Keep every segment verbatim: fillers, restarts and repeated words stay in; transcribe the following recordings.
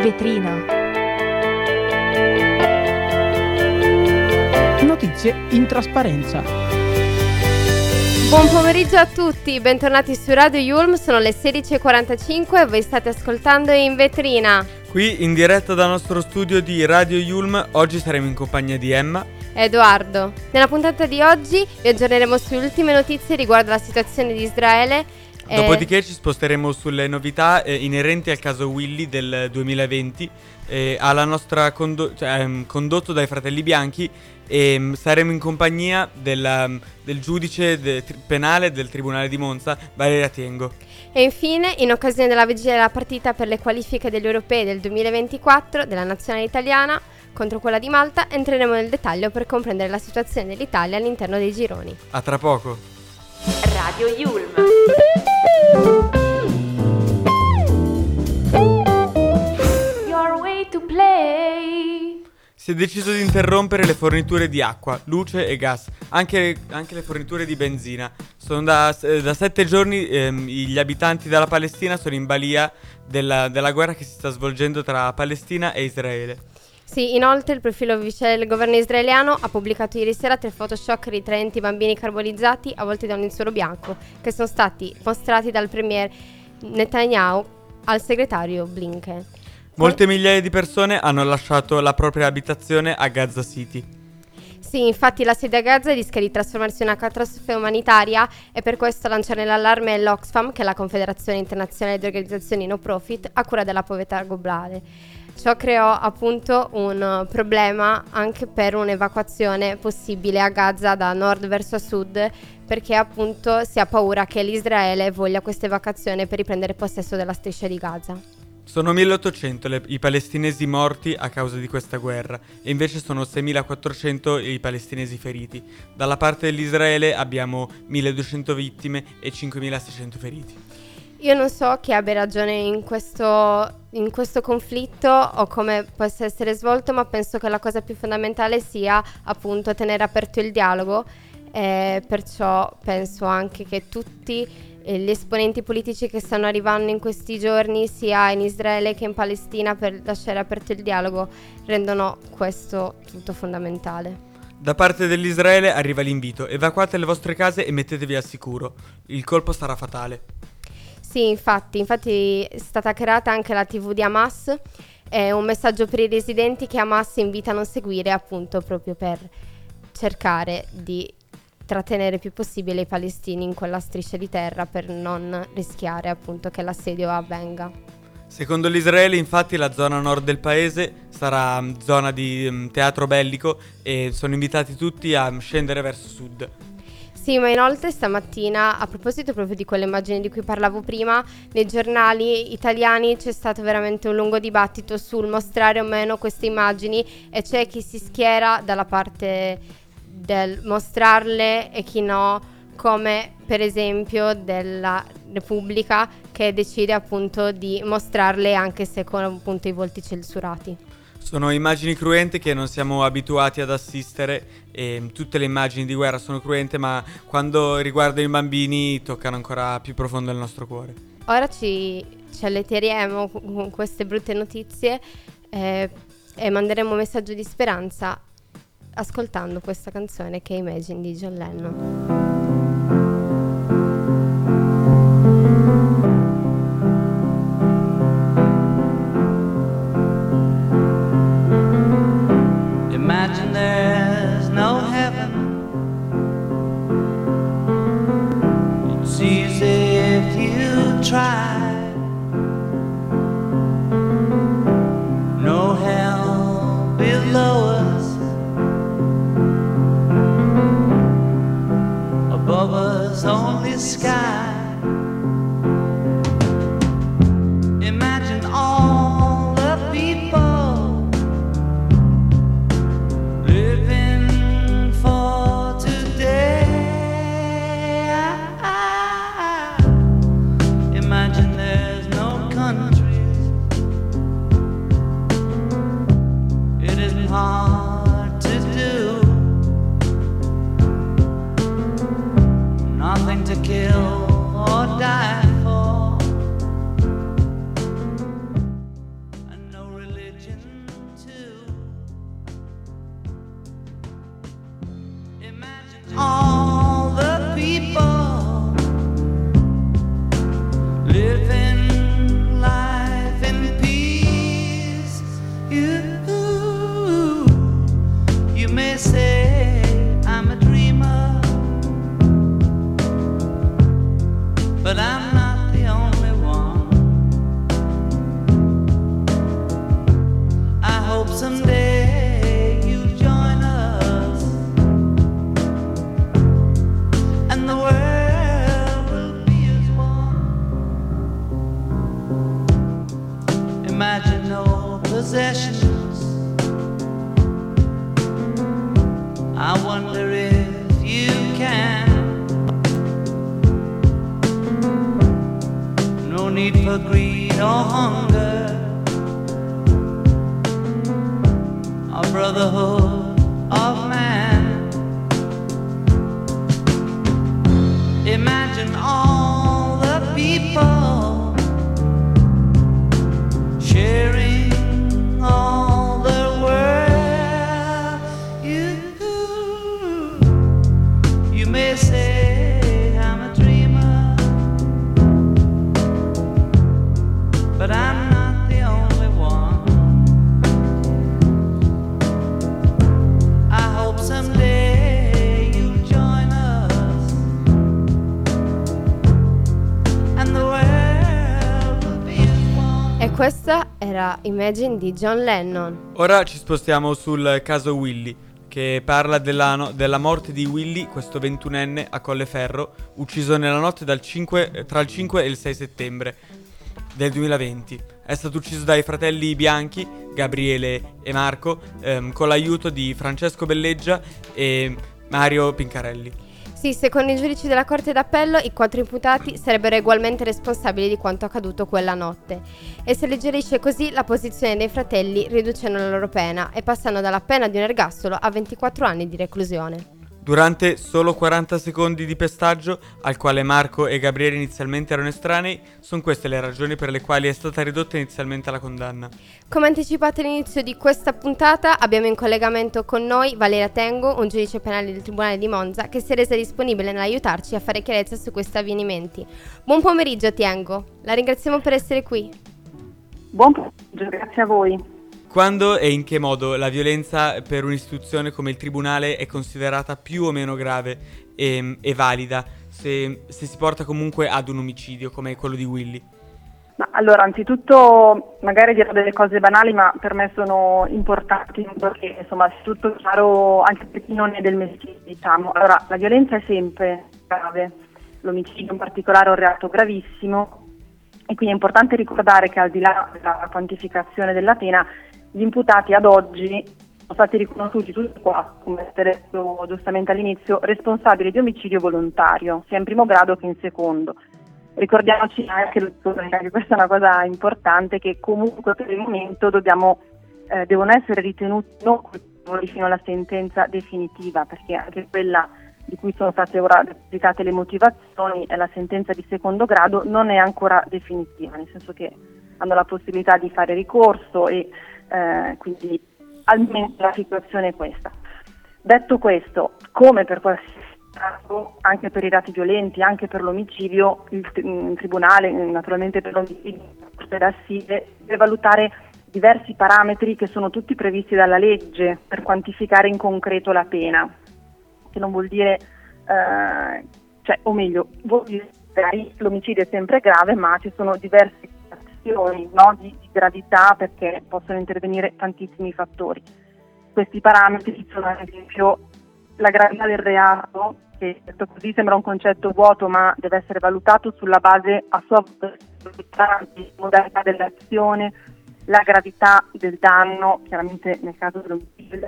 vetrina. Notizie in trasparenza. Buon pomeriggio a tutti, bentornati su Radio Yulm, sono le sedici e quarantacinque e voi state ascoltando In Vetrina. Qui in diretta dal nostro studio di Radio Yulm, oggi saremo in compagnia di Emma e Edoardo. Nella puntata di oggi vi aggiorneremo sulle ultime notizie riguardo alla situazione di Israele. Dopodiché eh... ci sposteremo sulle novità eh, inerenti al caso Willy del duemilaventi, eh, alla nostra condo- cioè, ehm, condotto dai Fratelli Bianchi, e um, saremo in compagnia della, um, del giudice de- tri- penale del Tribunale di Monza, Valeria Tengo. E infine, in occasione della vigilia della partita per le qualifiche degli europei del duemilaventiquattro della nazionale italiana contro quella di Malta, entreremo nel dettaglio per comprendere la situazione dell'Italia all'interno dei gironi. A tra poco. Radio Yulm. Your way to play. Si è deciso di interrompere le forniture di acqua, luce e gas, anche, anche le forniture di benzina. Sono da, da sette giorni ehm, gli abitanti della Palestina sono in balia della, della guerra che si sta svolgendo tra Palestina e Israele. Sì, inoltre il profilo ufficiale del governo israeliano ha pubblicato ieri sera tre photoshock ritraenti bambini carbonizzati avvolti da un lenzuolo bianco, che sono stati mostrati dal premier Netanyahu al segretario Blinken. Molte migliaia di persone hanno lasciato la propria abitazione a Gaza City. Sì, infatti l'assedio a Gaza rischia di trasformarsi in una catastrofe umanitaria e per questo lanciare l'allarme l'Oxfam, che è la Confederazione Internazionale di Organizzazioni No Profit, a cura della povertà globale. Ciò creò appunto un problema anche per un'evacuazione possibile a Gaza da nord verso sud, perché appunto si ha paura che l'Israele voglia questa evacuazione per riprendere possesso della striscia di Gaza. Sono milleottocento le, i palestinesi morti a causa di questa guerra e invece sono seimilaquattrocento i palestinesi feriti. Dalla parte dell'Israele abbiamo milleduecento vittime e cinquemilaseicento feriti. Io non so chi abbia ragione in questo, in questo conflitto o come possa essere svolto, ma penso che la cosa più fondamentale sia appunto tenere aperto il dialogo, e perciò penso anche che tutti eh, gli esponenti politici che stanno arrivando in questi giorni sia in Israele che in Palestina per lasciare aperto il dialogo rendono questo tutto fondamentale. Da parte dell'Israele arriva l'invito: evacuate le vostre case e mettetevi al sicuro, il colpo sarà fatale. Sì, infatti, infatti è stata creata anche la tivù di Hamas, è un messaggio per i residenti che Hamas invita a non seguire, appunto proprio per cercare di trattenere il più possibile i palestini in quella striscia di terra per non rischiare appunto che l'assedio avvenga. Secondo l'Israele, infatti, la zona nord del paese sarà um, zona di um, teatro bellico e sono invitati tutti a um, scendere verso sud. Sì, ma inoltre stamattina, a proposito proprio di quelle immagini di cui parlavo prima, nei giornali italiani c'è stato veramente un lungo dibattito sul mostrare o meno queste immagini e c'è chi si schiera dalla parte del mostrarle e chi no, come per esempio della Repubblica, che decide appunto di mostrarle anche se con appunto i volti censurati. Sono immagini cruente che non siamo abituati ad assistere e tutte le immagini di guerra sono cruente, ma quando riguardano i bambini toccano ancora più profondo il nostro cuore. Ora ci, ci alletteremo con queste brutte notizie eh, e manderemo un messaggio di speranza ascoltando questa canzone che è Imagine di John Lennon. Imagine there's no heaven. It's easy if you try. No hell below us, above us only sky. Imagine all the people living for today. Imagine there's no countries. It isn't hard to do. Nothing to kill or die for. And no possessions. I wonder if you can. No need for greed or hunger, a brotherhood of man. Imagine all the people sharing all the world. You, you may say I'm a dreamer, but I'm not the only one. I hope someday you'll join us, and the world will be as one. E questa era Imagine di John Lennon. Ora ci spostiamo sul caso Willy, che parla della, no- della morte di Willy, questo ventunenne a Colleferro, ucciso nella notte dal cinque, tra il cinque e il sei settembre del duemilaventi. È stato ucciso dai fratelli Bianchi, Gabriele e Marco, ehm, con l'aiuto di Francesco Belleggia e Mario Pincarelli. Sì, secondo i giudici della Corte d'Appello, i quattro imputati sarebbero ugualmente responsabili di quanto accaduto quella notte. E si alleggerisce così la posizione dei fratelli, riducendo la loro pena e passando dalla pena di un ergastolo a ventiquattro anni di reclusione. Durante solo quaranta secondi di pestaggio, al quale Marco e Gabriele inizialmente erano estranei, sono queste le ragioni per le quali è stata ridotta inizialmente la condanna. Come anticipato all'inizio di questa puntata, abbiamo in collegamento con noi Valeria Tengo, un giudice penale del Tribunale di Monza, che si è resa disponibile nell'aiutarci a fare chiarezza su questi avvenimenti. Buon pomeriggio Tengo, la ringraziamo per essere qui. Buon pomeriggio, grazie a voi. Quando e in che modo la violenza per un'istituzione come il Tribunale è considerata più o meno grave e, e valida, se, se si porta comunque ad un omicidio come quello di Willy? Ma allora, anzitutto magari dirò delle cose banali, ma per me sono importanti perché insomma è tutto chiaro anche per chi non è del mestiere, diciamo. Allora, la violenza è sempre grave, l'omicidio in particolare è un reato gravissimo e quindi è importante ricordare che al di là della quantificazione della pena, gli imputati ad oggi sono stati riconosciuti tutti qua, come avete detto giustamente all'inizio, responsabili di omicidio volontario, sia in primo grado che in secondo. Ricordiamoci anche, anche questa è una cosa importante, che comunque per il momento dobbiamo, eh, devono essere ritenuti non colpevoli fino alla sentenza definitiva, perché anche quella di cui sono state ora depositate le motivazioni e la sentenza di secondo grado non è ancora definitiva, nel senso che hanno la possibilità di fare ricorso e eh, quindi almeno la situazione è questa. Detto questo, come per qualsiasi caso, anche per i reati violenti, anche per l'omicidio, il, il Tribunale, naturalmente per l'omicidio, per assise, deve valutare diversi parametri che sono tutti previsti dalla legge per quantificare in concreto la pena, che non vuol dire, eh, cioè, o meglio, vuol dire che l'omicidio è sempre grave, ma ci sono diverse azioni, no, di, di gravità, perché possono intervenire tantissimi fattori. Questi parametri sono ad esempio la gravità del reato, che detto così sembra un concetto vuoto, ma deve essere valutato sulla base a sua volta di modalità dell'azione, la gravità del danno, chiaramente nel caso dell'omicidio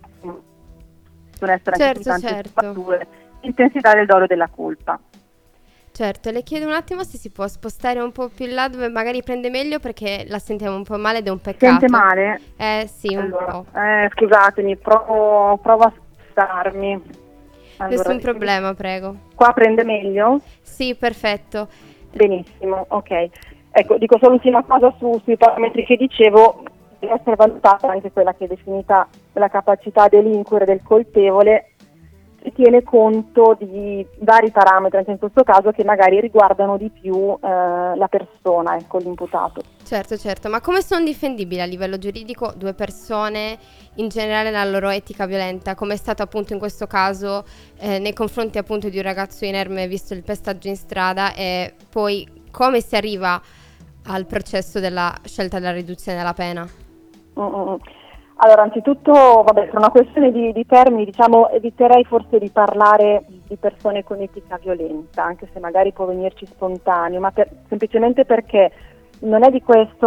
possono essere Certo, anche tante certo. sfumature, l'intensità del dolo e della colpa. Certo, le chiedo un attimo se si può spostare un po' più in là dove magari prende meglio, perché la sentiamo un po' male ed è un peccato. Sente male? Eh sì, un Allora, po'. eh, scusatemi, provo, provo a spostarmi. Allora, Nessun problema, prego. Qua prende meglio? Sì, perfetto. Benissimo, ok. Ecco, dico solo l'ultima cosa su, sui parametri che dicevo, deve essere valutata anche quella che è definita la capacità a delinquere del colpevole, che tiene conto di vari parametri, anche in questo caso, che magari riguardano di più eh, la persona, ecco, l'imputato. Certo, certo, ma come sono difendibili a livello giuridico due persone in generale nella loro etica violenta, come è stato appunto in questo caso eh, nei confronti appunto di un ragazzo inerme visto il pestaggio in strada, e poi come si arriva al processo della scelta della riduzione della pena? Mm-mm. Allora, anzitutto, vabbè, per una questione di, di termini, diciamo, eviterei forse di parlare di persone con etica violenta, anche se magari può venirci spontaneo, ma per, semplicemente perché non è di questo che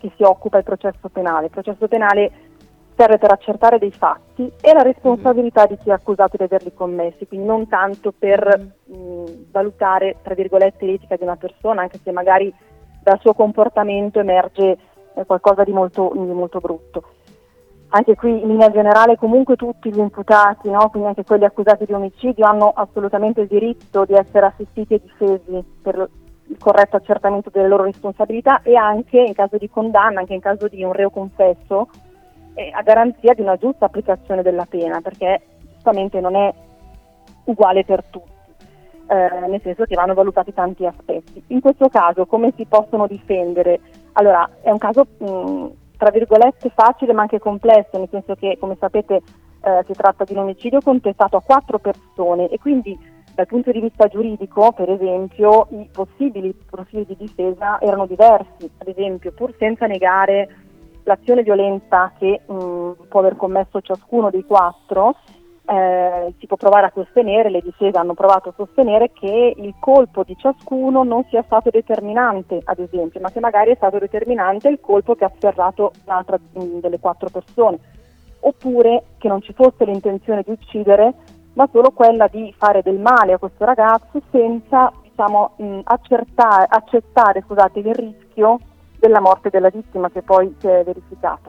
che si occupa il processo penale. Il processo penale serve per accertare dei fatti e la responsabilità di chi è accusato di averli commessi, quindi non tanto per mh, valutare, tra virgolette, l'etica di una persona, anche se magari dal suo comportamento emerge eh, qualcosa di molto, di molto brutto. Anche qui in linea generale comunque tutti gli imputati, no? Quindi anche quelli accusati di omicidio, hanno assolutamente il diritto di essere assistiti e difesi per il corretto accertamento delle loro responsabilità e anche in caso di condanna, anche in caso di un reo confesso, eh, a garanzia di una giusta applicazione della pena, perché giustamente non è uguale per tutti, eh, nel senso che vanno valutati tanti aspetti. In questo caso come si possono difendere? Allora, è un caso mh, tra virgolette facile ma anche complesso, nel senso che, come sapete, eh, si tratta di un omicidio contestato a quattro persone e quindi dal punto di vista giuridico, per esempio, i possibili profili di difesa erano diversi. Ad esempio, pur senza negare l'azione violenta che mh, può aver commesso ciascuno dei quattro, eh, si può provare a sostenere, le difese hanno provato a sostenere che il colpo di ciascuno non sia stato determinante, ad esempio, ma che magari è stato determinante il colpo che ha sferrato l'altra mh, delle quattro persone, oppure che non ci fosse l'intenzione di uccidere, ma solo quella di fare del male a questo ragazzo senza, diciamo, mh, accertare, accettare scusate, il rischio della morte della vittima che poi si è verificata.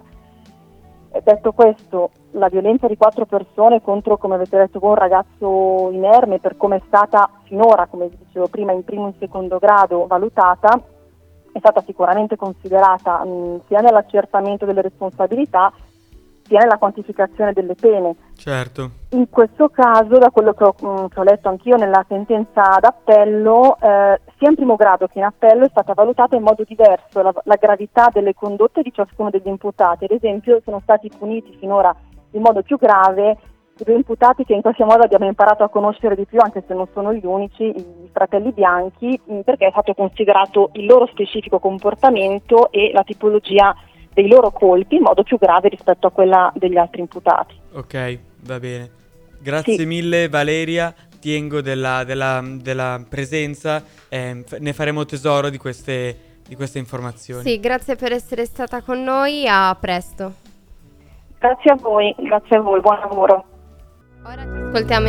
E detto questo, la violenza di quattro persone contro, come avete detto voi, un ragazzo inerme, per come è stata finora, come vi dicevo prima, in primo e in secondo grado valutata, è stata sicuramente considerata mh, sia nell'accertamento delle responsabilità sia nella quantificazione delle pene. Certo. In questo caso, da quello che ho, mh, che ho letto anch'io nella sentenza d'appello, eh, sia in primo grado che in appello è stata valutata in modo diverso la, la gravità delle condotte di ciascuno degli imputati. Ad esempio, sono stati puniti finora in modo più grave i due imputati che in qualche modo abbiamo imparato a conoscere di più, anche se non sono gli unici, i fratelli Bianchi, mh, perché è stato considerato il loro specifico comportamento e la tipologia dei loro colpi in modo più grave rispetto a quella degli altri imputati. Ok, va bene. Grazie Sì. mille Valeria, Tiengo della, della, della presenza, eh, f- ne faremo tesoro di queste, di queste informazioni. Sì, grazie per essere stata con noi, a presto. Grazie a voi, grazie a voi, buon lavoro. Ora ci ascoltiamo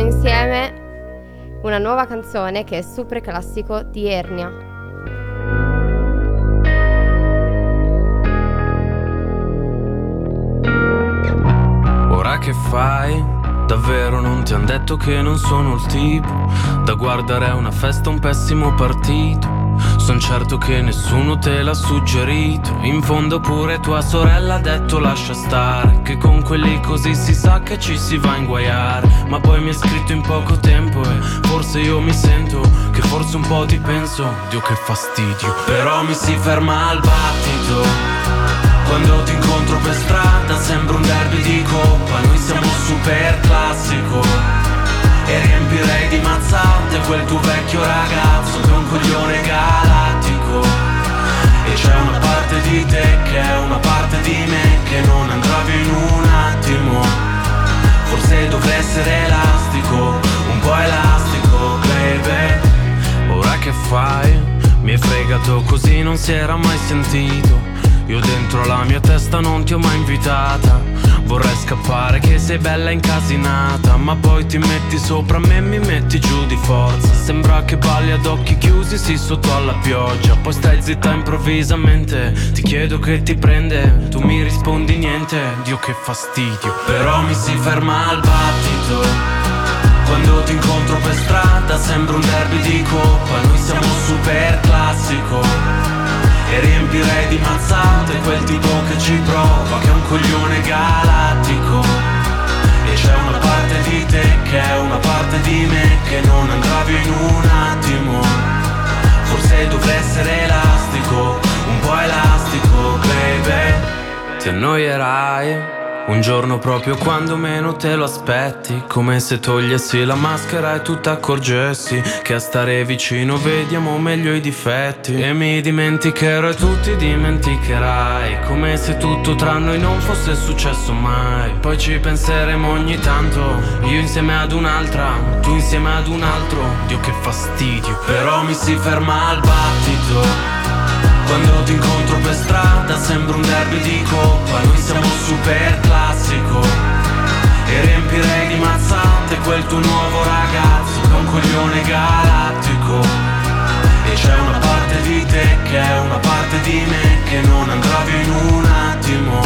insieme una nuova canzone che è super classico di Ernia. Ora che fai? Davvero non ti han detto che non sono il tipo da guardare a una festa, un pessimo partito. Son certo che nessuno te l'ha suggerito. In fondo pure tua sorella ha detto lascia stare, che con quelli così si sa che ci si va a inguaiare. Ma poi mi è scritto in poco tempo e forse io mi sento che forse un po' ti penso. Dio che fastidio. Però mi si ferma al battito quando ti incontro per strada, sembra un derby di coppa. Noi siamo super classico e riempirei di mazzate quel tuo vecchio ragazzo che è un coglione galattico. E c'è una parte di te che è una parte di me che non andrà via in un attimo. Forse dovrei essere elastico, un po' elastico, baby. Ora che fai? Mi hai fregato così, non si era mai sentito. Io dentro la mia testa non ti ho mai invitata. Vorrei scappare che sei bella incasinata, ma poi ti metti sopra me e mi metti giù di forza. Sembra che balli ad occhi chiusi, sì, sotto alla pioggia. Poi stai zitta improvvisamente, ti chiedo che ti prende, tu mi rispondi niente. Dio che fastidio. Però mi si ferma al battito quando ti incontro per strada, sembra un derby di coppa. Noi siamo super classico e riempirei di mazzate quel tipo che ci prova, che è un coglione galattico. E c'è una parte di te che è una parte di me che non andrà via in un attimo. Forse dovrei essere elastico, un po' elastico, baby. Ti annoierai un giorno proprio quando meno te lo aspetti, come se togliessi la maschera e tu t'accorgessi che a stare vicino vediamo meglio i difetti. E mi dimenticherò e tu ti dimenticherai, come se tutto tra noi non fosse successo mai. Poi ci penseremo ogni tanto, io insieme ad un'altra, tu insieme ad un altro. Dio che fastidio. Però mi si ferma al battito Quando ti incontro per strada sembra un derby di coppa. Noi siamo super classico e riempirei di mazzate quel tuo nuovo ragazzo che è un coglione galattico. E c'è una parte di te che è una parte di me che non andrà via in un attimo.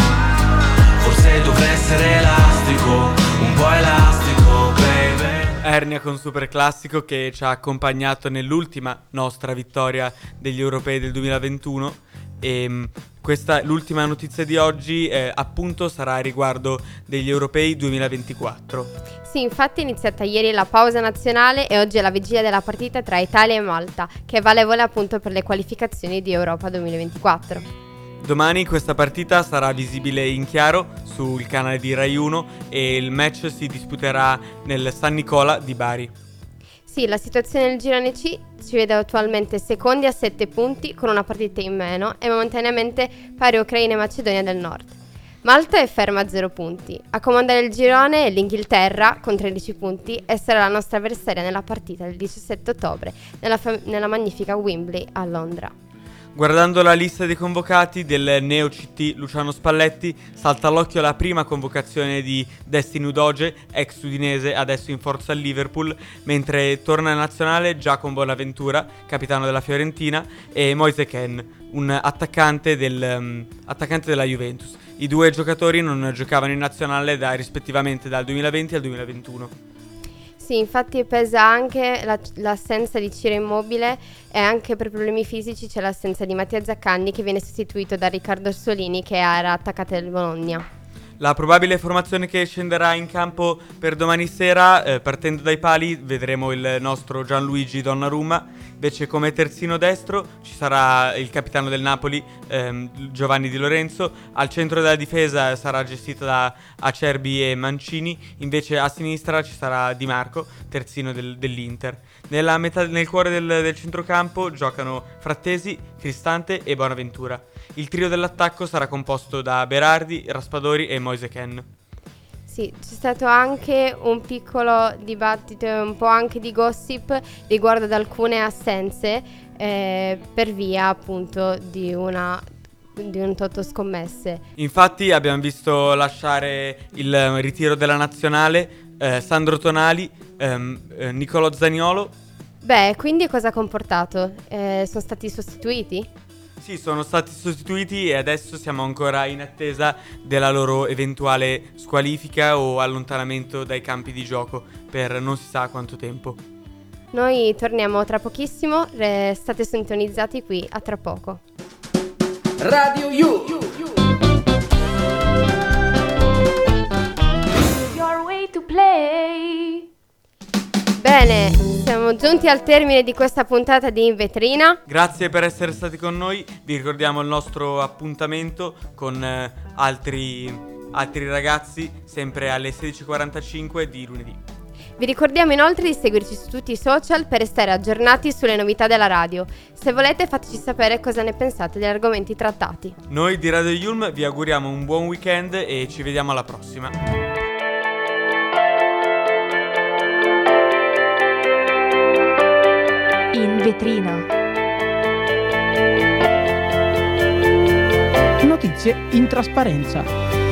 Forse dovrei essere elastico, un po' elastico, baby. Ernia con Super Classico, che ci ha accompagnato nell'ultima nostra vittoria degli europei del duemilaventuno. E mh, questa, l'ultima notizia di oggi, eh, appunto, sarà a riguardo degli europei duemilaventiquattro. Sì, infatti è iniziata ieri la pausa nazionale e oggi è la vigilia della partita tra Italia e Malta, che è valevole appunto per le qualificazioni di Europa duemilaventiquattro. Domani questa partita sarà visibile in chiaro sul canale di Rai uno e il match si disputerà nel San Nicola di Bari. Sì, la situazione del girone C ci vede attualmente secondi a sette punti con una partita in meno e momentaneamente pari Ucraina e Macedonia del Nord. Malta è ferma a zero punti. A comandare il girone è l'Inghilterra con tredici punti e sarà la nostra avversaria nella partita del diciassette ottobre nella, fa- nella magnifica Wembley a Londra. Guardando la lista dei convocati del Neo C T Luciano Spalletti, salta all'occhio la prima convocazione di Destiny Udoge, ex udinese, adesso in forza al Liverpool, mentre torna in nazionale Giacomo Bonaventura, capitano della Fiorentina, e Moise Kean, un attaccante, del, um, attaccante della Juventus. I due giocatori non giocavano in nazionale da, rispettivamente dal duemilaventi al duemilaventuno. Sì, infatti pesa anche la- l'assenza di Ciro Immobile e anche per problemi fisici c'è l'assenza di Mattia Zaccagni che viene sostituito da Riccardo Orsolini che era attaccante del Bologna. La probabile formazione che scenderà in campo per domani sera, eh, partendo dai pali, vedremo il nostro Gianluigi Donnarumma. Invece come terzino destro ci sarà il capitano del Napoli, ehm, Giovanni Di Lorenzo. Al centro della difesa sarà gestita da Acerbi e Mancini. Invece a sinistra ci sarà Di Marco, terzino del, dell'Inter. Nella metà, nel cuore del, del centrocampo giocano Frattesi, Cristante e Bonaventura. Il trio dell'attacco sarà composto da Berardi, Raspadori e Moise Kean. Sì, c'è stato anche un piccolo dibattito e un po' anche di gossip riguardo ad alcune assenze eh, per via appunto di una di un totto scommesse. Infatti abbiamo visto lasciare il ritiro della nazionale eh, Sandro Tonali, ehm, eh, Nicolò Zaniolo. Beh, quindi cosa ha comportato? Eh, sono stati sostituiti? Sì, sono stati sostituiti e adesso siamo ancora in attesa della loro eventuale squalifica o allontanamento dai campi di gioco per non si sa quanto tempo. Noi torniamo tra pochissimo, restate sintonizzati qui, a tra poco. Radio U. Your way to play. Bene, siamo giunti al termine di questa puntata di In Vetrina. Grazie per essere stati con noi, vi ricordiamo il nostro appuntamento con eh, altri, altri ragazzi sempre alle sedici e quarantacinque di lunedì. Vi ricordiamo inoltre di seguirci su tutti i social per restare aggiornati sulle novità della radio. Se volete fateci sapere cosa ne pensate degli argomenti trattati. Noi di Radio Yulm vi auguriamo un buon weekend e ci vediamo alla prossima. In vetrina. Notizie in trasparenza.